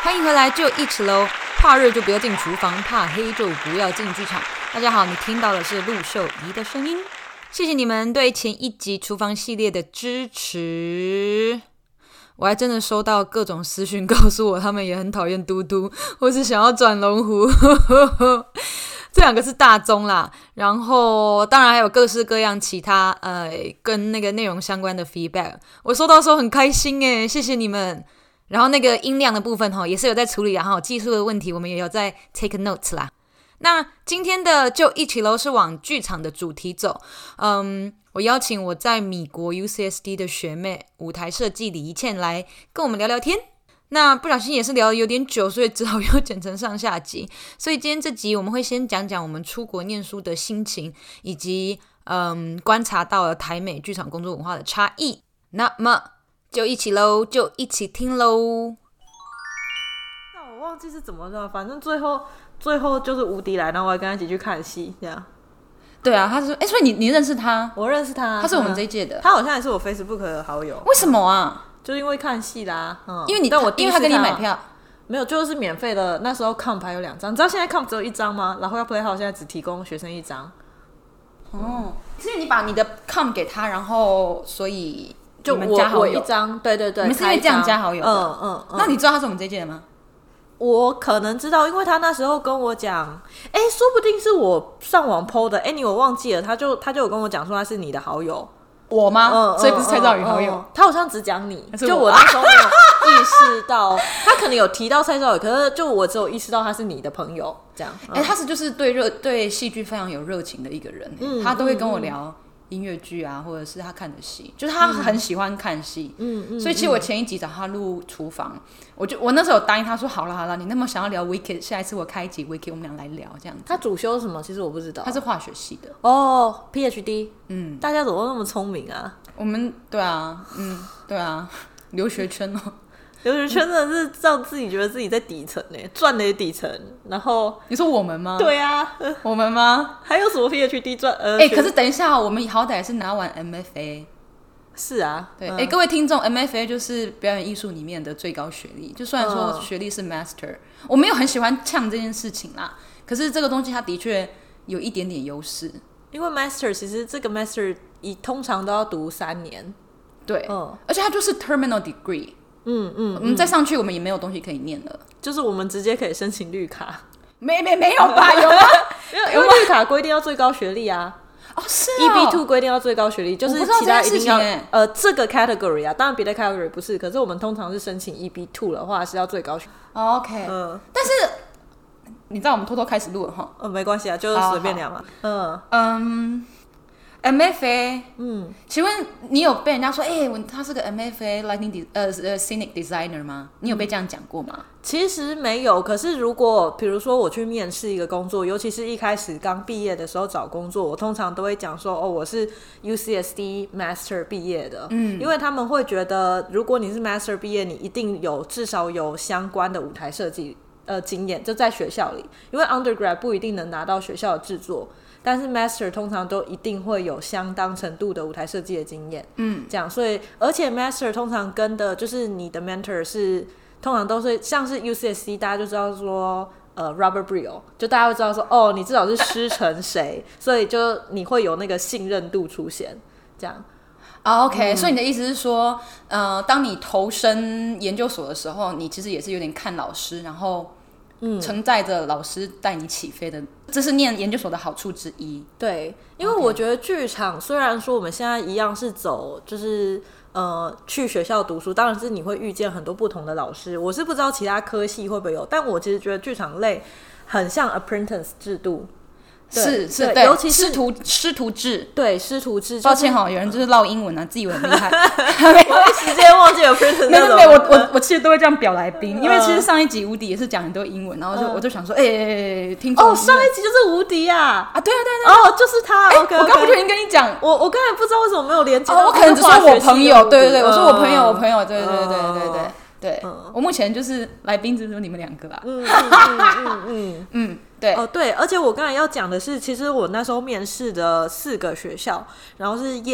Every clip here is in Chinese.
欢迎回来就一起喽！怕热就不要进厨房，怕黑就不要进剧场。大家好，你听到的是陆秀怡的声音。谢谢你们对前一集厨房系列的支持。我还真的收到各种私讯告诉我他们也很讨厌嘟嘟，或是想要转龙湖这两个是大宗啦，然后当然还有各式各样其他跟那个内容相关的 feedback， 我收到的时候很开心耶，谢谢你们。然后那个音量的部分也是有在处理，然后技术的问题我们也有在 take notes 啦。那今天的就一起咯是往剧场的主题走，我邀请我在米国 UCSD 的学妹舞台设计李怡倩来跟我们聊聊天。那不小心也是聊得有点久，所以只好又剪成上下集。所以今天这集我们会先讲讲我们出国念书的心情，以及观察到了台美剧场工作文化的差异。那么就一起咯，就一起听咯。 那我忘记是怎么了，反正最后就是吴迪来，然后我还跟他一起去看戏，这样。 对啊，他是所以你认识他？ 我认识他， 他是我们这一届的。 他好像也是我 Facebook 的好友。 为什么啊？ 就是因为看戏啦， 因为他跟你买票， 没有，就是免费的。那时候 comp 还有2张，你知道现在 comp 只有1张吗？然后要 Playhouse 现在只提供学生1张。 哦，所以你把你的 comp 给他，然后所以就你们加好友我1张，对对对， 你们是因为这样加好友的？那你知道他是我们这一届的吗？ 我可能知道，因为他那时候跟我讲，说不定是我上网 po 的，我忘记了，他就有跟我讲说他是你的好友。 我吗？所以不是蔡兆宇好友。 他好像只讲你，就我那时候没有意识到，他可能有提到蔡兆宇，可是就我只有意识到他是你的朋友这样。 他是就是对戏剧非常有热情的一个人，他都会跟我聊音乐剧啊，或者是他看的戏，就是他很喜欢看戏。所以其实我前一集找他录厨房，我那时候有答应他说好了，你那么想要聊 Wicked， 下一次我开一集 Wicked， 我们俩来聊这样子。 他主修什么？其实我不知道。 他是化学系的。 哦 ，PhD。大家怎么都那么聪明啊？ 我们对啊，对啊，留学圈留学圈真的是让自己觉得自己在底层赚的也底层，然后你说我们吗？ 对啊， 我们吗？ 还有什么 PhD 赚？ 可是等一下，我们好歹是拿完 MFA。 是啊， 对，各位听众 ，MFA 就是表演艺术里面的最高学历。就虽然说学历是 Master，我没有很喜欢呛这件事情啦，可是这个东西它的确有一点点优势。 因为 Master 其实这个 Master 通常都要读3年， 对，而且它就是 Terminal Degree。我们再上去，我们也没有东西可以念了， 就是我们直接可以申请绿卡。 没有吧？有吗？ 因为绿卡规定要最高学历啊。 是 EB2 规定要最高学历，就是其他一定要这个 category 啊，当然别的 category 不是，可是我们通常是申請 EB2 的话是要最高学历。 OK，但是你知道我们偷偷开始录了哈？ 没关系啊，就是随便聊嘛。 MFA， 请问你有被人家说他是个 MFA Lighting Scenic Designer 吗？你有被这样讲过吗？ 其实没有，可是如果比如说我去面试一个工作，尤其是一开始刚毕业的时候找工作，我通常都会讲说我是 UCSD Master 毕业的，因为他们会觉得如果你是 Master 毕业，你一定至少有相关的舞台设计经验，就在学校里，因为 Undergrad 不一定能拿到学校的制作。但是 Master 通常都一定会有相当程度的舞台设计的经验，这样，所以而且 Master 通常跟的就是你的 Mentor 是通常都是像是 UCSD， 大家就知道说Robert Brill， 就大家会知道说你至少是师承谁，所以就你会有那个信任度出现，这样。 OK，所以你的意思是说，当你投身研究所的时候，你其实也是有点看老师，然后承载着老师带你起飞的，这是念研究所的好处之一。 对，因为我觉得剧场虽然说我们现在一样是走就是去学校读书，当然是你会遇见很多不同的老师，我是不知道其他科系会不会有，但我其实觉得剧场类很像 apprentice 制度。 是， 对，尤其是师徒制。 对，师徒制。 抱歉有人就是唠英文啊，自以为很厉害。 我一时间忘记了 apprentice。 没有，我其实都会这样表来宾，因为其实上一集吴迪也是讲很多英文，然后我就想说，听众上一集就是吴迪啊， 对， 就是他。我刚不就已经跟你讲， 我刚才不知道为什么没有连接到， 我可能只说我朋友，对，我说我朋友，对，我目前就是来宾只有你们2个啦。对对，而且我刚才要讲的是，其实我那时候面试的4个学校，然后是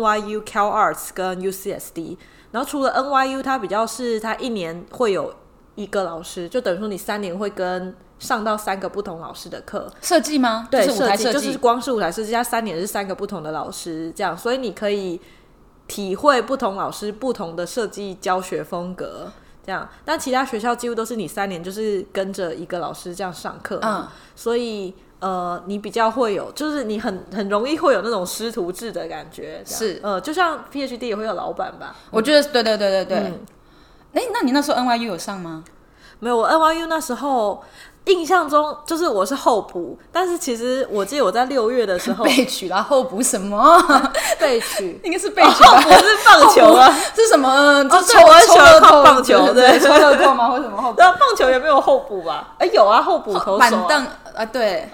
Yale、NYU、Cal Arts 跟 UCSD， 然后除了 NYU 它比较是它1年会有一个老师，就等于说你3年会上到3个不同老师的课。 设计吗？ 对， 就是舞台设计， 就是光是舞台设计，加3年是3个不同的老师，这样，所以你可以体会不同老师不同的设计教学风格。这样，但其他学校几乎都是你3年就是跟着一个老师这样上课，所以你比较会有，就是你很容易会有那种师徒制的感觉， 是就像 PhD 也会有老板吧？ 我觉得对对对对对。那你那时候 NYU 有上吗？ 没有，我 NYU 那时候印象中就是我是候补，但是其实我记得我在6月的时候备取啦，候补什么？ 备取应该是备取吧？ 候补是棒球啊？ 是什么？就抽乐透棒球，对， 抽乐透吗？或什么候补？ 对啊，棒球也没有候补吧？有啊，候补投手板凳啊，对，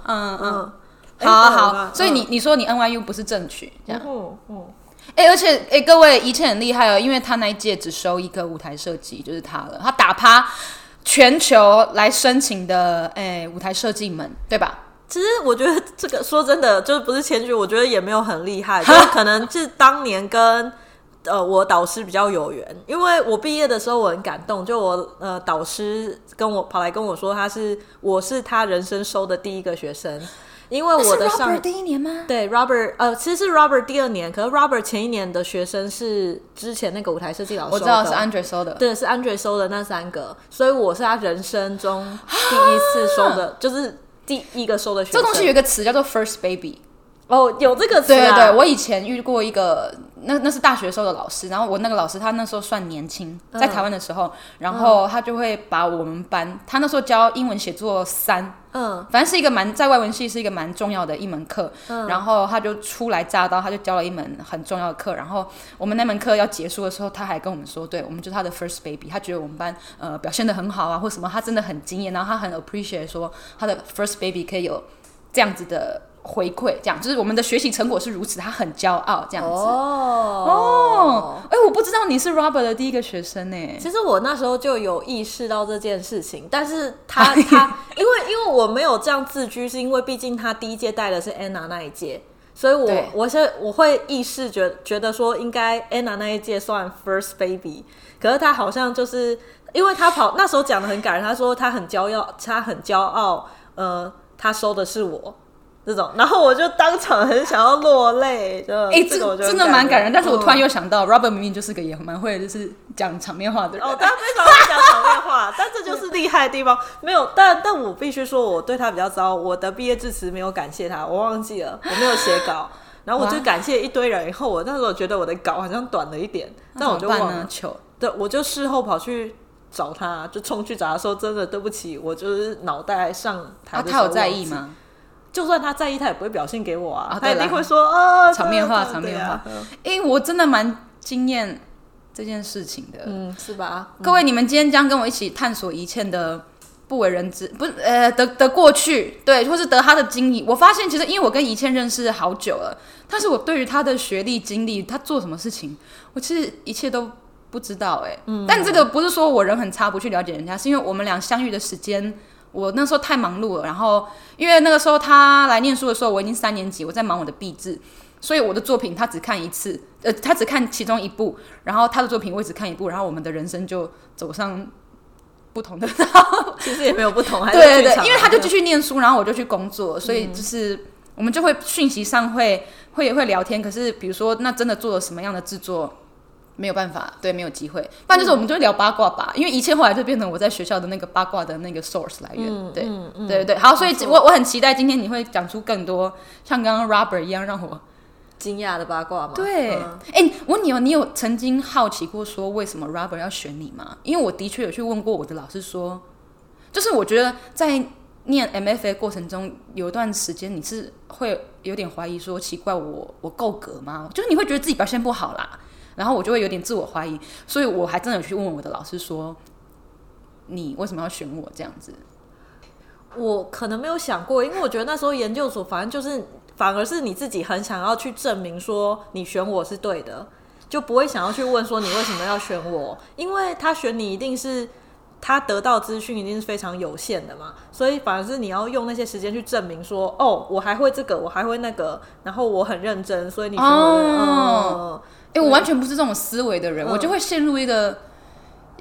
好，所以你说你 NYU 不是正取，这样，而且各位以前很厉害哦，因为他那一届只收一个舞台设计，就是他了，他打趴全球来申请的舞台设计们，对吧？ 其实我觉得这个说真的，就是不是谦虚，我觉得也没有很厉害，就是可能是当年跟我导师比较有缘，因为我毕业的时候我很感动，就我导师跑来跟我说，我是他人生收的第一个学生。因为我的是 Robert 第一年吗？ 对 Robert 其实是 Robert 第2年，可是 Robert 前1年的学生是之前那个舞台设计老师收的， 我知道是 Andre 收的， 对，是 Andre 收的那3个，所以我是他人生中第一次收的，就是第一个收的学生。 这东西有一个词叫做 first baby。 有这个词啊？ 对，我以前遇过一个，那是大学时候的老师，然后我那个老师他那时候算年轻，在台湾的时候，然后他就会把我们班，他那时候教英文写作3，反正是一个在外文系是一个蛮重要的一门课，然后他就初来乍到，他就教了一门很重要的课，然后我们那门课要结束的时候，他还跟我们说，对，我们就是他的 first baby， 他觉得我们班表现得很好啊，或什么，他真的很惊艳，然后他很 appreciate 说他的 first baby 可以有这样子的回馈，这样就是我们的学习成果是如此，他很骄傲这样子。我不知道你是 Robert 的第一个学生呢。 其实我那时候就有意识到这件事情，但是他因为我没有这样自居，是因为毕竟他第一届带的是 Anna 那一届，所以我会意识觉得说应该 Anna 那一届算 first baby， 可是他好像就是因为他那时候讲的很感人，他说他很骄傲，他收的是我。这种，然后我就当场很想要落泪，这个我觉得真的蛮感人。但是我突然又想到，Robert 明明就是个也蛮会就是讲场面话的人， 他非常会讲场面话，但这就是厉害的地方。没有，但我必须说，我对他比较糟。我的毕业致辞没有感谢他，我忘记了，我没有写稿。然后我就感谢一堆人以后，我那时候觉得我的稿好像短了一点，但我就忘了。对，我就事后跑去找他，就冲去找他说：“真的对不起，我就是脑袋上台的时候。” 他有在意吗？ 就算他在意，他也不会表现给我啊。他一定会说场面话，场面话。我真的蛮惊艳这件事情的， 是吧？ 各位，你们今天将跟我一起探索宜倩的不为人知，不是的过去，对，或是得他的经历。我发现其实因为我跟宜倩认识好久了，但是我对于他的学历经历，他做什么事情，我其实一切都不知道但这个不是说我人很差不去了解人家，是因为我们俩相遇的时间。我那时候太忙碌了，然后因为那个时候他来念书的时候，我已经3年级，我在忙我的毕制，所以我的作品他只看一次，他只看其中一部，然后他的作品我也只看一部，然后我们的人生就走上不同的道。 其实也没有不同，还是对，因为他就继续念书，然后我就去工作，所以就是我们就会讯息上会聊天，可是比如说那真的做了什么样的制作。没有办法，对，没有机会。不然就是我们就聊八卦吧，因为宜倩后来就变成我在学校的那个八卦的那个 source 来源。对。好，所以我很期待今天你会讲出更多像刚刚 Robert 一样让我惊讶的八卦吗？ 对，我问你你有曾经好奇过说为什么 Robert 要选你吗？因为我的确有去问过我的老师说，就是我觉得在念 MFA 过程中有一段时间你是会有点怀疑说奇怪我够格吗？就是你会觉得自己表现不好啦。然后我就会有点自我怀疑，所以我还真的有去问我的老师说，你为什么要选我这样子？ 我可能没有想过，因为我觉得那时候研究所反而是你自己很想要去证明说你选我是对的，就不会想要去问说你为什么要选我，因为他选你一定是他得到资讯一定是非常有限的嘛，所以反而是你要用那些时间去证明说，我还会这个，我还会那个，然后我很认真，所以你选我。 我完全不是这种思维的人，我就会陷入一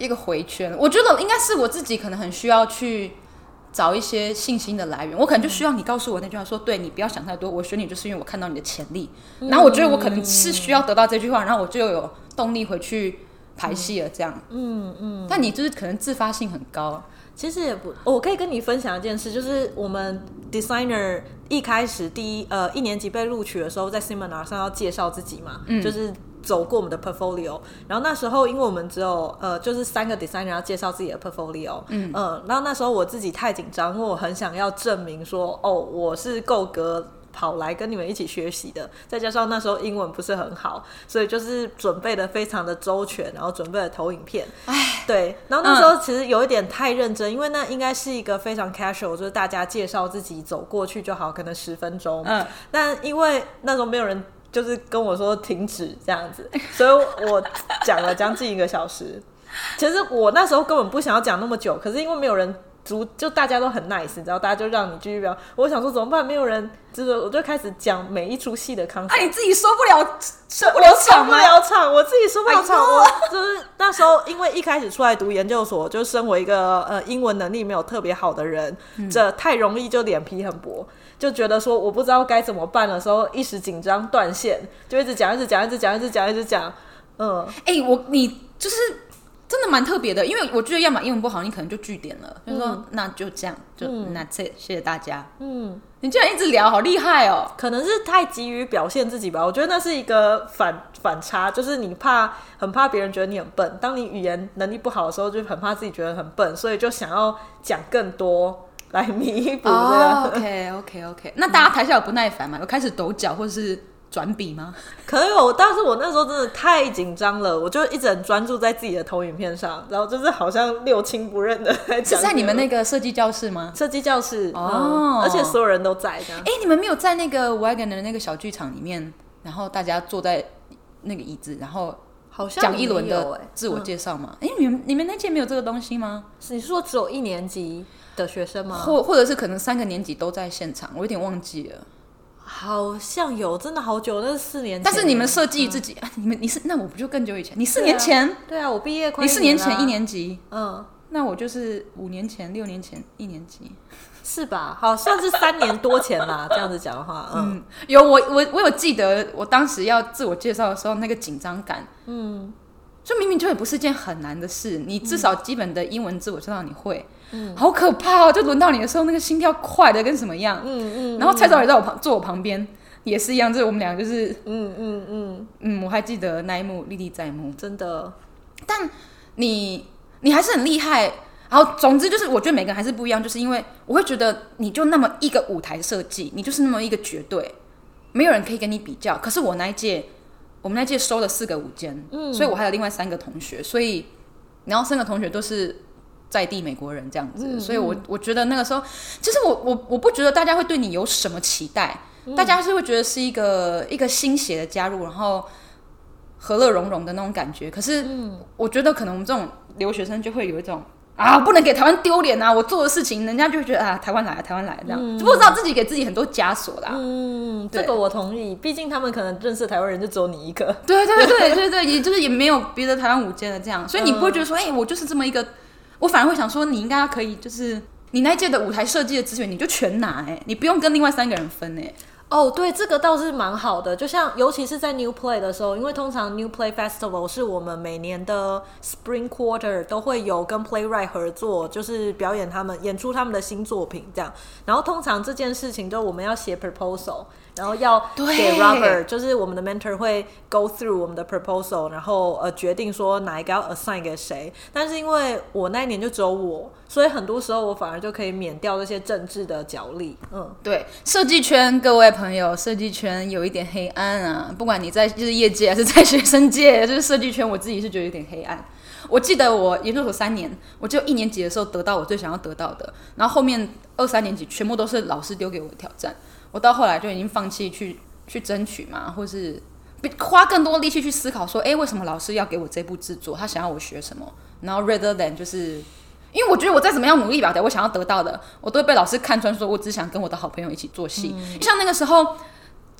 一个回圈。我觉得应该是我自己可能很需要去找一些信心的来源，我可能就需要你告诉我那句话说，对，你不要想太多，我选你就是因为我看到你的潜力。然后我觉得我可能是需要得到这句话，然后我就有动力回去排戏了这样。但你就是可能自发性很高。 其实也不，我可以跟你分享一件事，就是我们 designer 一开始一年级被录取的时候，在 seminar 上要介绍自己嘛，就是走过我们的 portfolio， 然后那时候因为我们只有就是3个 designer 要介绍自己的 portfolio， 然后那时候我自己太紧张，因为我很想要证明说，哦，我是够格跑来跟你们一起学习的，再加上那时候英文不是很好，所以就是准备的非常的周全，然后准备了投影片，对，然后那时候其实有一点太认真，因为那应该是一个非常 casual， 就是大家介绍自己走过去就好，可能10分钟，但因为那时候没有人就是跟我说停止这样子，所以我讲了将近1个小时。其实我那时候根本不想要讲那么久，可是因为没有人就大家都很 nice， 你知道，大家就让你继续聊。我想说怎么办？没有人，就是我就开始讲每一出戏的 concept。 你自己受不了场吗？ 受不了场，我自己受不了场。我就是那时候，因为一开始出来读研究所，就身为一个英文能力没有特别好的人，这太容易就脸皮很薄，就觉得说我不知道该怎么办的时候，一时紧张断线，就一直讲，一直讲，一直讲，一直讲，一直讲。 你就是真的蛮特别的，因为我觉得要么英文不好，你可能就句点了，就说那就这样，就that's it，谢谢大家。你竟然一直聊，好厉害哦！ 可能是太急于表现自己吧，我觉得那是一个反差，就是你很怕别人觉得你很笨，当你语言能力不好的时候，就很怕自己觉得很笨，所以就想要讲更多来弥补这个。 OK， 那大家台下有不耐烦吗？有开始抖脚或是转笔吗？ 可能有，但是我那时候真的太紧张了，我就一直很专注在自己的投影片上，然后就是好像六亲不认的在讲。 是在你们那个设计教室吗？ 设计教室而且所有人都在这样。 你们没有在那个 Wagon 的那个小剧场里面，然后大家坐在那个椅子，然后好像讲一轮的自我介绍吗？你们那届没有这个东西吗？ 你是说只有1年级的学生吗？ 或者是可能3个年级都在现场？我有点忘记了。 好像有，真的好久，那是4年前。 但是你们设计自己，你是那我不就更久以前？你4年前？ 对啊，我毕业快 1年。你4年前1年级， 那我就是5年前6年前1年级， 是吧？好，算是3年多前啦。这样子讲的话， 有我有记得，我当时要自我介绍的时候那个紧张感，就明明就也不是件很难的事，你至少基本的英文自我介绍你会。好可怕哦！就轮到你的时候，那个心跳快的跟什么样？然后蔡导也在坐我旁边，也是一样，就是我们两个就是我还记得那一幕历历在目， 真的。 但你还是很厉害。然后总之就是，我觉得每个人还是不一样，就是因为我会觉得你就那么一个舞台设计，你就是那么一个绝对，没有人可以跟你比较。可是我们那届收了4个舞间，所以我还有另外3个同学，所以然后3个同学都是在地美国人这样子，所以我觉得那个时候，其实我不觉得大家会对你有什么期待，大家是会觉得是一个新血的加入，然后和乐融融的那种感觉。可是我觉得可能我们这种留学生就会有一种不能给台湾丢脸啊！我做的事情，人家就会觉得台湾来了这样，就不知道自己给自己很多枷锁啦。 这个我同意，毕竟他们可能认识台湾人就只有你一个。 对，也就是也没有别的台湾舞间的这样，所以你不会觉得说，我就是这么一个。我反而会想说，你应该可以，就是你那一届的舞台设计的资源，你就全拿你不用跟另外3个人分对，这个倒是蛮好的。就像尤其是在 New Play 的时候，因为通常 New Play Festival 是我们每年的 Spring Quarter 都会有跟 Playwright 合作，就是表演演出他们的新作品这样。然后通常这件事情就我们要写 proposal， 然后要给 Robert， 就是我们的 mentor 会 go through 我们的 proposal， 然后决定说哪一个要 assign 给谁。但是因为我那一年就只有我，所以很多时候我反而就可以免掉这些政治的角力。 对，设计圈各位朋友，设计圈有一点黑暗啊，不管你在就是业界还是在学生界，就是设计圈我自己是觉得有点黑暗。我记得我研究所3年，我只有1年级的时候得到我最想要得到的，然后后面2、3年级全部都是老师丢给我的挑战。我到后来就已经放弃去争取嘛，或是花更多力气去思考说，为什么老师要给我这部制作？他想要我学什么？然后 rather than 就是因为我觉得我再怎么样努力吧，我想要得到的，我都会被老师看穿，说我只想跟我的好朋友一起做戏。像那个时候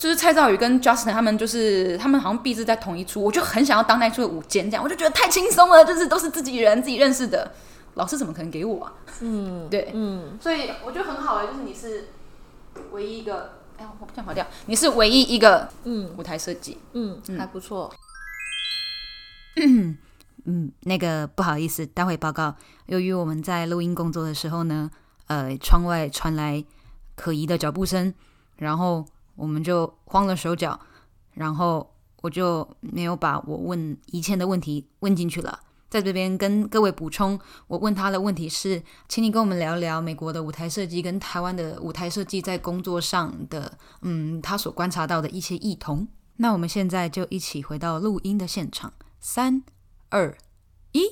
就是蔡兆宇跟 Justin 他们好像毕制在同一出，我就很想要当那一出的舞监，这样我就觉得太轻松了，就是都是自己人自己认识的，老师怎么可能给我啊？对，所以我觉得很好就是你是唯一一个，我不想划掉，你是唯一一个舞台设计， 还不错。 那个不好意思，待会报告。由于我们在录音工作的时候呢，窗外传来可疑的脚步声，然后我们就慌了手脚，然后我就没有把我问以前的问题问进去了。在这边跟各位补充，我问他的问题是，请你跟我们聊聊美国的舞台设计跟台湾的舞台设计在工作上的，他所观察到的一些异同。那我们现在就一起回到录音的现场，3、2、1。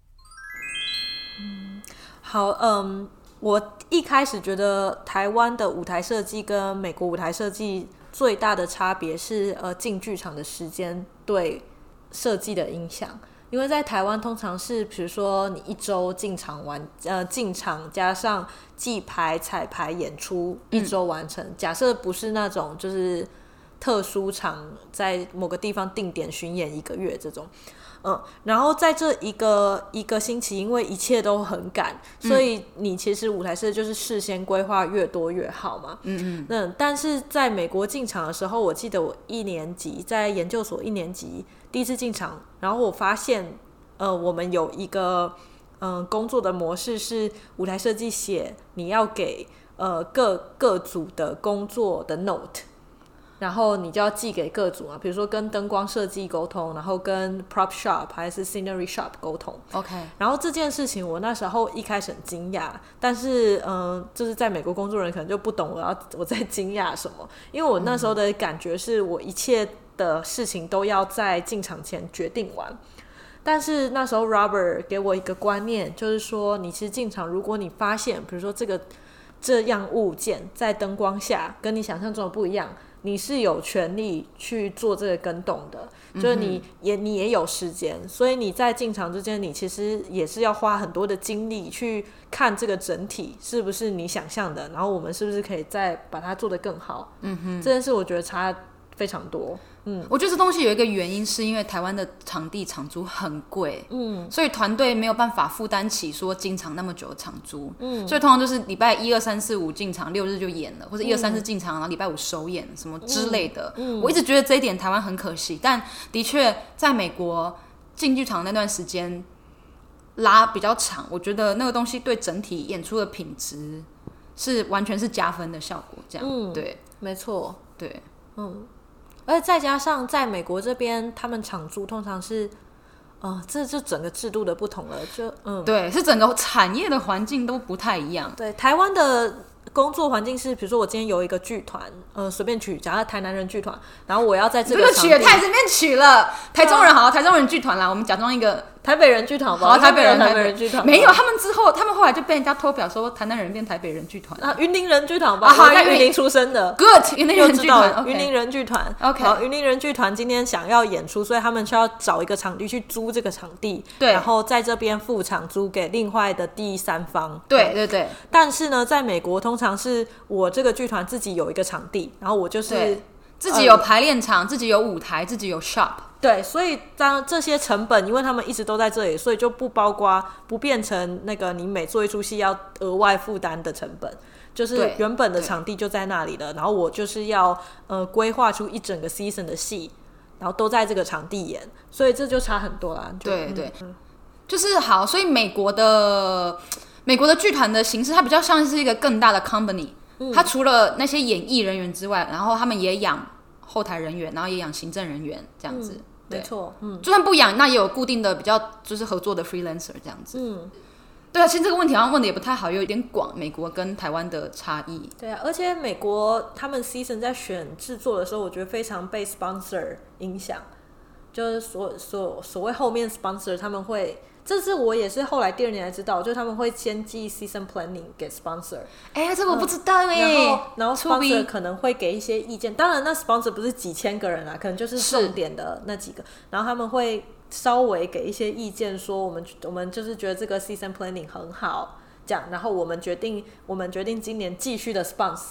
好，我一开始觉得台湾的舞台设计跟美国舞台设计最大的差别是，进剧场的时间对设计的影响。因为在台湾通常是，比如说你一周进场加上记牌、彩排、演出，一周完成。假设不是那种就是特殊场，在某个地方定点巡演1个月这种。然后在这一个星期，因为一切都很赶，所以你其实舞台设计就是事先规划越多越好嘛。但是在美国进场的时候，我记得我1年级在研究所1年级第一次进场，然后我发现我们有一个工作的模式是舞台设计写你要给各组的工作的 note。然后你就要寄给各组比如说跟灯光设计沟通，然后跟 prop shop 还是 scenery shop 沟通。 OK， 然后这件事情我那时候一开始很惊讶，但是就是在美国工作人可能就不懂我在惊讶什么，因为我那时候的感觉是我一切的事情都要在进场前决定完。但是那时候 Robert 给我一个观念，就是说你其实进场，如果你发现比如说这样物件在灯光下跟你想象中的不一样，你是有权利去做这个更动的，就是你也有时间，所以你在进场之间，你其实也是要花很多的精力去看这个整体是不是你想象的，然后我们是不是可以再把它做得更好。这件事我觉得差非常多。 我觉得这东西有一个原因，是因为台湾的场租很贵，所以团队没有办法负担起说经常那么久的场租，所以通常就是礼拜1、2、3、4、5进场，6日就演了，或者1、2、3、4进场，然后礼拜5首演什么之类的。我一直觉得这一点台湾很可惜，但的确在美国进剧场那段时间拉比较长，我觉得那个东西对整体演出的品质是完全是加分的效果。这样，对， 没错， 对， 而且再加上在美国这边，他们场租通常是，这就整个制度的不同了， 对，是整个产业的环境都不太一样。 对，台湾的工作环境是，比如说我今天有一个剧团，随便取，假如台南人剧团，然后我要在这个取也太随便取了，台中人好，台中人剧团啦，我们假装一个台北人剧团吧， 好，台北人剧团没有，他们后来就被人家偷表说台南人变台北人剧团云林人剧团吧，我在云林出生的 ，Good， 云林人剧团， 云林人剧团 ，OK， 好，云林人剧团今天想要演出，所以他们需要找一个场地去租这个场地， 对， 然后在这边付场租给另外的第三方， 对。 但是呢，在美国通常是我这个剧团自己有一个场地，然后我就是自己有排练场，自己有舞台，自己有 shop。 对，所以当这些成本，因为他们一直都在这里，所以就不变成那个你每做一出戏要额外负担的成本，就是原本的场地就在那里了，然后我就是要规划出一整个 season 的戏，然后都在这个场地演，所以这就差很多啦。 对，就是好，所以美国的剧团的形式，它比较像是一个更大的 company，它除了那些演艺人员之外，然后他们也养后台人员，然后也养行政人员这样子。 没错， 就算不养，那也有固定的比较就是合作的 freelancer 这样子。对啊，其实这个问题好像问的也不太好，有一点广，美国跟台湾的差异。 对啊，而且美国他们 season 在选制作的时候，我觉得非常被 sponsor 影响，就是所谓后面 sponsor 他们会。这是我也是后来第2年才知道，就是他们会先寄 season planning 给 sponsor。 这个我不知道然后 sponsor 可能会给一些意见。当然，那 sponsor 不是几千个人啊，可能就是重点的那几个。然后他们会稍微给一些意见，说我们就是觉得这个 season planning 很好，这样。然后我们决定今年继续的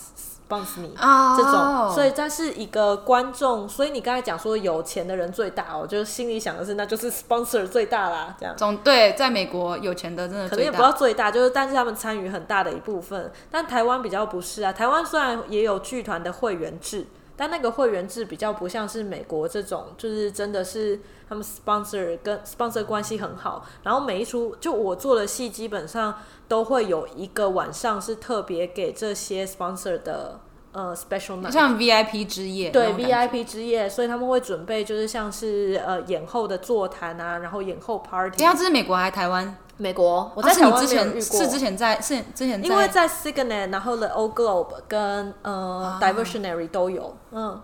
sponsor 你、 哦这种，所以它是一个观众。所以你刚才讲说有钱的人最大，我就心里想的是那就是 sponsor 最大啦，这样。 对，在美国有钱的真的最大， 可能也不知道最大，就是但是他们参与很大的一部分。但台湾比较不是啊，台湾虽然也有剧团的会员制，但那个会员制比较不像是美国这种，就是真的是他们 sponsor 跟 sponsor 关系很好，然后每一出就我做的戏基本上都会有一个晚上是特别给这些 sponsor 的special night， 像 VIP 之夜， 对 VIP 之夜，所以他们会准备就是像是演后的座谈啊，然后演后 party。 这是美国还是台湾？ 美国，我在台湾没有遇过。 是之前在因为在 Signet， 然后 The Old Globe 跟Diversionary 都有。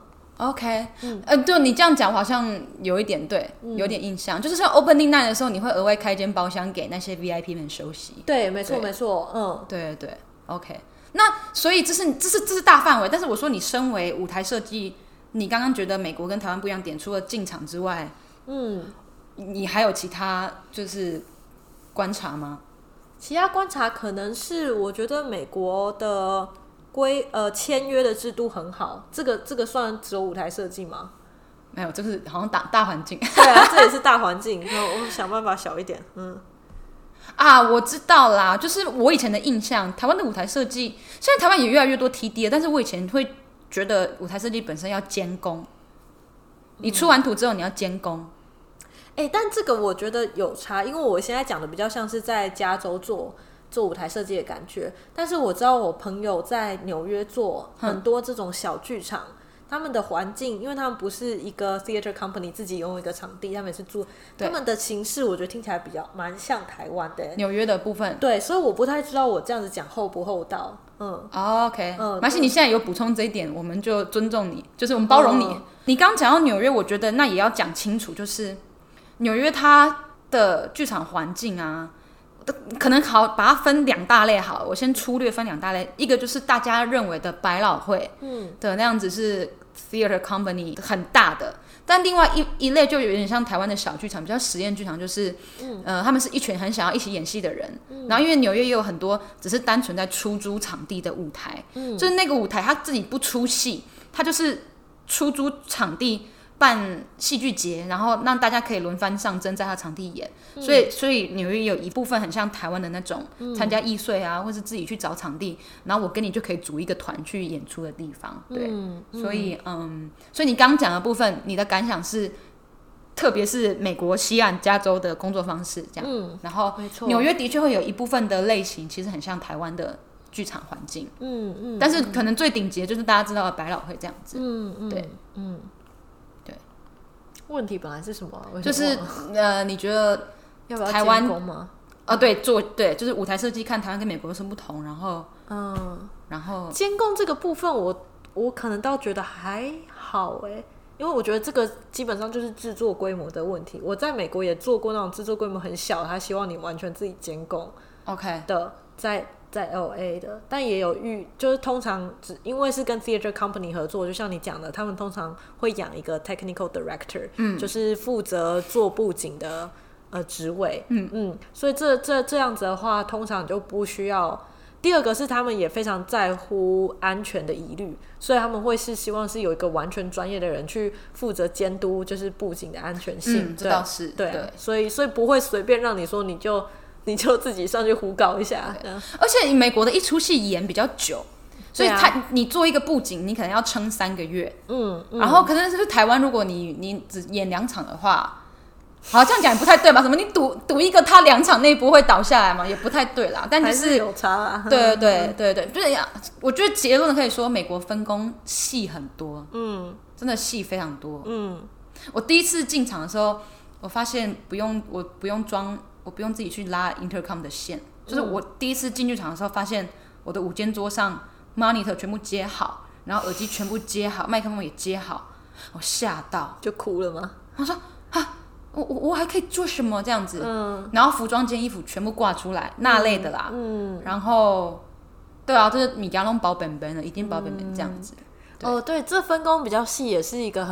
OK，对你这样讲，好像有一点对，有点印象。就是像 Opening Night 的时候，你会额外开间包厢给那些 VIP 们休息。 对，没错，没错， 对对 ，OK。那所以这是大范围，但是我说你身为舞台设计，你刚刚觉得美国跟台湾不一样点，除了进场之外，你还有其他就是观察吗？ 其他观察可能是我觉得美国的签约的制度很好，这个算只有舞台设计吗？ 没有，这个是好像大环境。 对啊，这也是大环境。我想办法小一点。 我知道啦，就是我以前的印象，台湾的舞台设计，现在台湾也越来越多 TD 了，但是我以前会觉得舞台设计本身要监工，你出完图之后你要监工。 但这个我觉得有差，因为我现在讲的比较像是在加州做舞台设计的感觉，但是我知道我朋友在纽约做很多这种小剧场，他们的环境，因为他们不是一个 theater company 自己拥有一个场地，他们也是住，他们的形式我觉得听起来比较蛮像台湾的纽约的部分。 对，所以我不太知道我这样子讲厚不厚道。 OK，没关系，你现在有补充这一点，我们就尊重你，就是我们包容你。你刚讲到纽约，我觉得那也要讲清楚，就是纽约它的剧场环境啊，可能好把它分两大类好了，我先粗略分两大类，一个就是大家认为的百老汇的那样子是 theater company 很大的，但另外一类就有点像台湾的小剧场，比较实验剧场，就是他们是一群很想要一起演戏的人，然后因为纽约也有很多只是单纯在出租场地的舞台，就是那个舞台他自己不出戏，他就是出租场地办戏剧节，然后让大家可以轮番上阵在他场地演，所以纽约有一部分很像台湾的那种参加艺穗啊，或是自己去找场地，然后我跟你就可以组一个团去演出的地方。对，所以你刚刚讲的部分，你的感想是，特别是美国西岸加州的工作方式这样，然后纽约的确会有一部分的类型，其实很像台湾的剧场环境，但是可能最顶级的就是大家知道的百老汇这样子，对。 问题本来是什么？ 就是你觉得要不要台湾监工吗？ 对，就是舞台设计看台湾跟美国有什么不同，然后监工这个部分我可能倒觉得还好因为我觉得这个基本上就是制作规模的问题。我在美国也做过那种制作规模很小，他希望你完全自己监工 ，OK 的，在 LA 的，但也有就是通常因为是跟 theater company 合作，就像你讲的，他们通常会养一个 technical director，就是负责做布景的职位，所以这样子的话，通常就不需要。第二个是他们也非常在乎安全的疑虑，所以他们会是希望是有一个完全专业的人去负责监督，就是布景的安全性。 这倒是对，所以不会随便让你说你就自己上去胡搞一下。 而且美国的一出戏演比较久，所以你做一个布景，你可能要撑3个月。然后可能是台湾，如果你只演2场的话，好，这样讲也不太对吧？什么你赌一个他2场那一波会倒下来嘛，也不太对啦。但就是有差啦。 对，就是我觉得结论可以说，美国分工细很多，真的细非常多。我第一次进场的时候，我发现我不用自己去拉 intercom 的线，就是我第一次进剧场的时候，发现我的5间桌上 monitor 全部接好，然后耳机全部接好，麦克风也接好，我吓到， 就哭了吗？ 我说我还可以做什么这样子？然后服装间衣服全部挂出来那类的啦，然后对啊，就是米家弄包本本了，已经包本本这样子。 对，这分工比较细，也是一个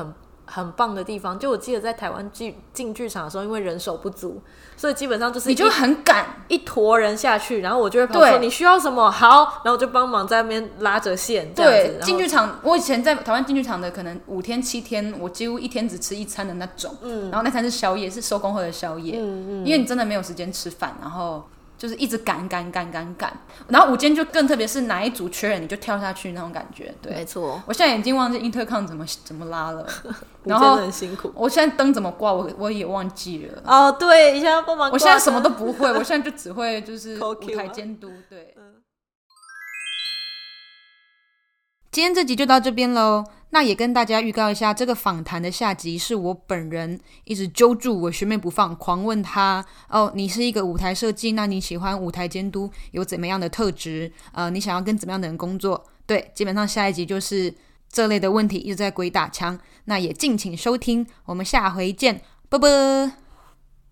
很棒的地方，就我记得在台湾进剧场的时候，因为人手不足，所以基本上就是你就很赶一坨人下去，然后我就会跑说你需要什么，好，然后我就帮忙在那边拉着线这样子。 对，进剧场，我以前在台湾进剧场的可能5天7天，我几乎一天只吃1餐的那种，然后那餐是宵夜，是收工后的宵夜，因为你真的没有时间吃饭，然后就是一直赶，然后午间就更特别是哪一组缺人你就跳下去那种感觉。对， 没错。 我现在已经忘记 intercom 怎么拉了， 然后很辛苦。 我现在灯怎么挂我也忘记了。 哦，对，你现在要帮忙挂。 我现在什么都不会，我现在就只会就是舞台监督。对。 今天这集就到这边咯，那也跟大家预告一下，这个访谈的下集是我本人一直揪住我学妹不放，狂问她你是一个舞台设计，那你喜欢舞台监督有怎么样的特质？你想要跟怎么样的人工作？对，基本上下一集就是这类的问题一直在鬼打墙，那也敬请收听，我们下回见，拜拜。